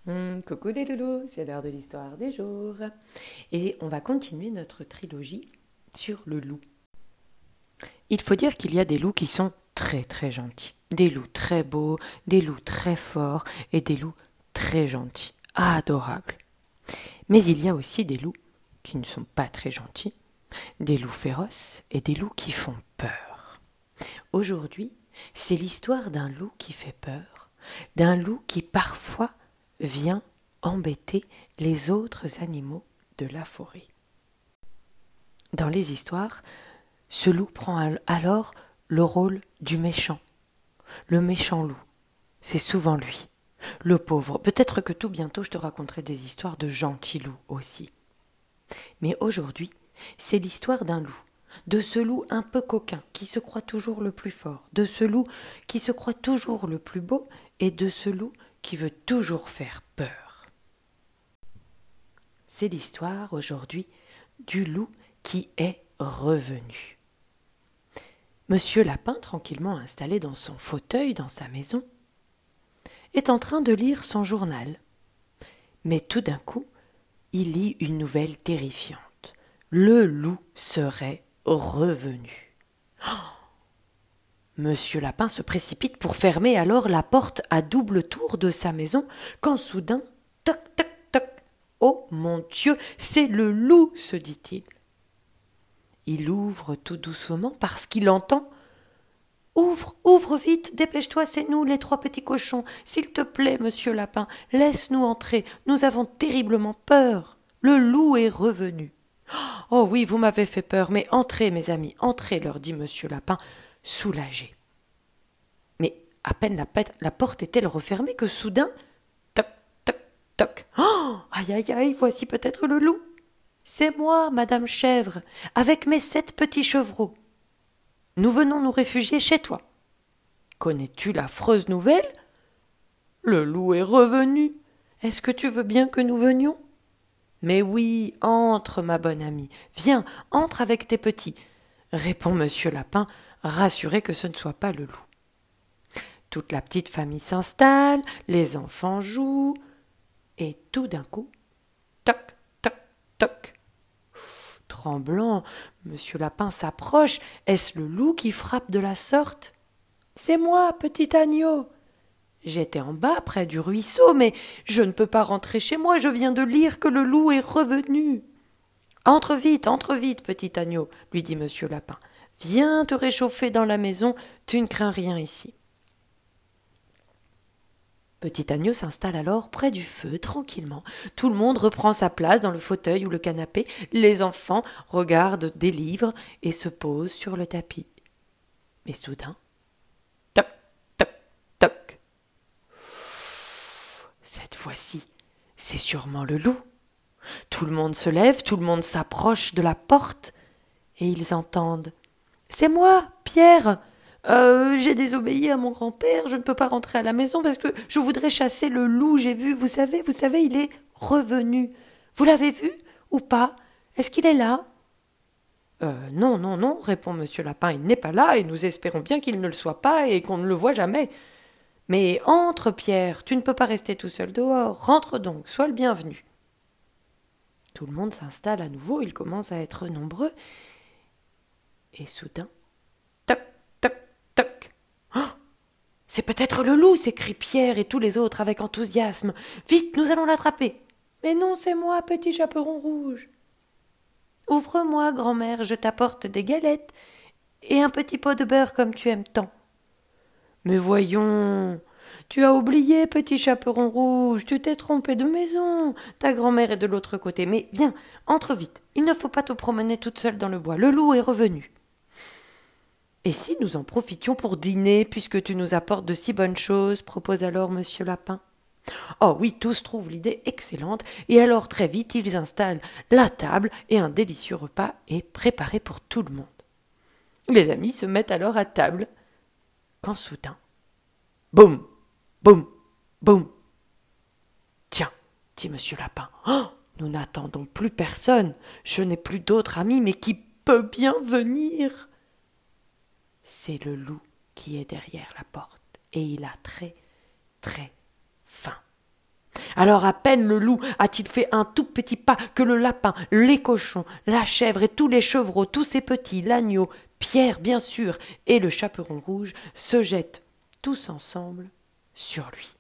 Coucou les loulous, c'est l'heure de l'histoire des jours. Et on va continuer notre trilogie sur le loup. Il faut dire qu'il y a des loups qui sont très très gentils. Des loups très beaux, des loups très forts et des loups très gentils, adorables. Mais il y a aussi des loups qui ne sont pas très gentils, des loups féroces et des loups qui font peur. Aujourd'hui, c'est l'histoire d'un loup qui fait peur, d'un loup qui parfois vient embêter les autres animaux de la forêt. Dans les histoires, ce loup prend alors le rôle du méchant. Le méchant loup, c'est souvent lui. Le pauvre, peut-être que tout bientôt je te raconterai des histoires de gentils loups aussi. Mais aujourd'hui, c'est l'histoire d'un loup, de ce loup un peu coquin qui se croit toujours le plus fort, de ce loup qui se croit toujours le plus beau et de ce loup qui veut toujours faire peur. C'est l'histoire aujourd'hui du loup qui est revenu. Monsieur Lapin, tranquillement installé dans son fauteuil dans sa maison, est en train de lire son journal. Mais tout d'un coup, il lit une nouvelle terrifiante. Le loup serait revenu. Monsieur Lapin se précipite pour fermer alors la porte à double tour de sa maison, quand soudain, toc, toc, toc, oh mon Dieu, c'est le loup, se dit-il. Il ouvre tout doucement parce qu'il entend « Ouvre, ouvre vite, dépêche-toi, c'est nous, les trois petits cochons. S'il te plaît, monsieur Lapin, laisse-nous entrer, nous avons terriblement peur. Le loup est revenu. »« Oh oui, vous m'avez fait peur, mais entrez, mes amis, entrez, leur dit monsieur Lapin, soulagé. Mais à peine la porte est-elle refermée que soudain, toc, toc, toc. Oh, aïe, aïe, aïe, voici peut-être le loup. C'est moi, madame Chèvre, avec mes 7 petits chevreaux. Nous venons nous réfugier chez toi. Connais-tu l'affreuse nouvelle? Le loup est revenu. Est-ce que tu veux bien que nous venions? Mais oui, entre, ma bonne amie. Viens, entre avec tes petits, répond monsieur Lapin, rassuré que ce ne soit pas le loup. Toute la petite famille s'installe, les enfants jouent, et tout d'un coup, toc, toc, toc. Tremblant, monsieur Lapin s'approche. Est-ce le loup qui frappe de la sorte? C'est moi, petit agneau. J'étais en bas, près du ruisseau, mais je ne peux pas rentrer chez moi, je viens de lire que le loup est revenu. Entre vite, petit agneau, lui dit monsieur Lapin. Viens te réchauffer dans la maison, tu ne crains rien ici. Petit agneau s'installe alors près du feu, tranquillement. Tout le monde reprend sa place dans le fauteuil ou le canapé. Les enfants regardent des livres et se posent sur le tapis. Mais soudain, toc, toc, toc. Cette fois-ci, c'est sûrement le loup. Tout le monde se lève, tout le monde s'approche de la porte et ils entendent « C'est moi, Pierre !» J'ai désobéi à mon grand-père, je ne peux pas rentrer à la maison parce que je voudrais chasser le loup, j'ai vu, vous savez, il est revenu. Vous l'avez vu ou pas? Est-ce qu'il est là? Non, non, non, répond monsieur Lapin, il n'est pas là et nous espérons bien qu'il ne le soit pas et qu'on ne le voit jamais. Mais entre, Pierre, tu ne peux pas rester tout seul dehors, rentre donc, sois le bienvenu. Tout le monde s'installe à nouveau, il commence à être nombreux, et soudain, toc, toc, toc. Oh, c'est peut-être le loup, s'écrient Pierre et tous les autres avec enthousiasme. Vite, nous allons l'attraper. Mais non, c'est moi, petit chaperon rouge. Ouvre-moi, grand-mère, je t'apporte des galettes et un petit pot de beurre comme tu aimes tant. Mais voyons, tu as oublié, petit chaperon rouge, tu t'es trompé de maison. Ta grand-mère est de l'autre côté. Mais viens, entre vite, il ne faut pas te promener toute seule dans le bois. Le loup est revenu. Et si nous en profitions pour dîner, puisque tu nous apportes de si bonnes choses, propose alors monsieur Lapin. Oh oui, tous trouvent l'idée excellente, et alors très vite ils installent la table et un délicieux repas est préparé pour tout le monde. Les amis se mettent alors à table, quand soudain, boum, boum, boum. Tiens, dit monsieur Lapin, oh, nous n'attendons plus personne, je n'ai plus d'autres amis, mais qui peut bien venir? C'est le loup qui est derrière la porte, et il a très, très faim. Alors à peine le loup a-t-il fait un tout petit pas que le lapin, les cochons, la chèvre et tous les chevreaux, tous ses petits, l'agneau, Pierre bien sûr, et le chaperon rouge se jettent tous ensemble sur lui.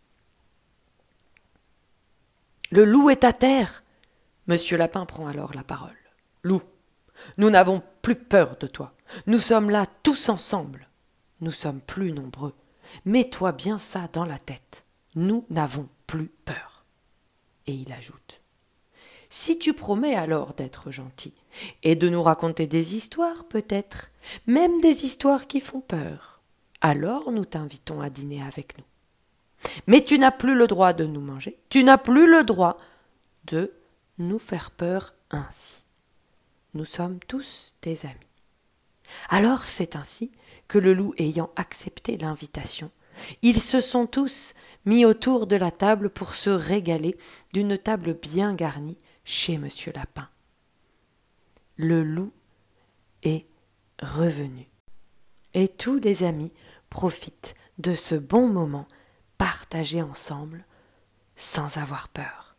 Le loup est à terre. Monsieur Lapin prend alors la parole. Loup, nous n'avons plus peur de toi. Nous sommes là tous ensemble. Nous sommes plus nombreux. Mets-toi bien ça dans la tête. Nous n'avons plus peur. Et il ajoute. Si tu promets alors d'être gentil et de nous raconter des histoires peut-être, même des histoires qui font peur, alors nous t'invitons à dîner avec nous. Mais tu n'as plus le droit de nous manger, tu n'as plus le droit de nous faire peur ainsi. Nous sommes tous tes amis. Alors c'est ainsi que le loup ayant accepté l'invitation, ils se sont tous mis autour de la table pour se régaler d'une table bien garnie chez Monsieur Lapin. Le loup est revenu. Et tous les amis profitent de ce bon moment partagé ensemble sans avoir peur.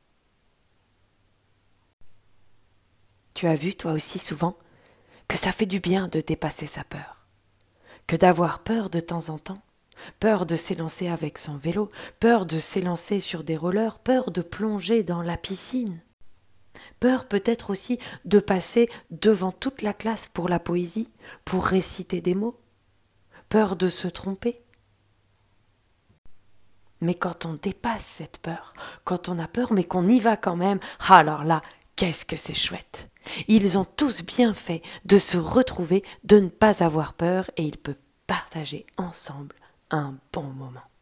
Tu as vu toi aussi souvent que ça fait du bien de dépasser sa peur, que d'avoir peur de temps en temps, peur de s'élancer avec son vélo, peur de s'élancer sur des rollers, peur de plonger dans la piscine, peur peut-être aussi de passer devant toute la classe pour la poésie, pour réciter des mots, peur de se tromper. Mais quand on dépasse cette peur, quand on a peur mais qu'on y va quand même, alors là, qu'est-ce que c'est chouette. Ils ont tous bien fait de se retrouver, de ne pas avoir peur et ils peuvent partager ensemble un bon moment.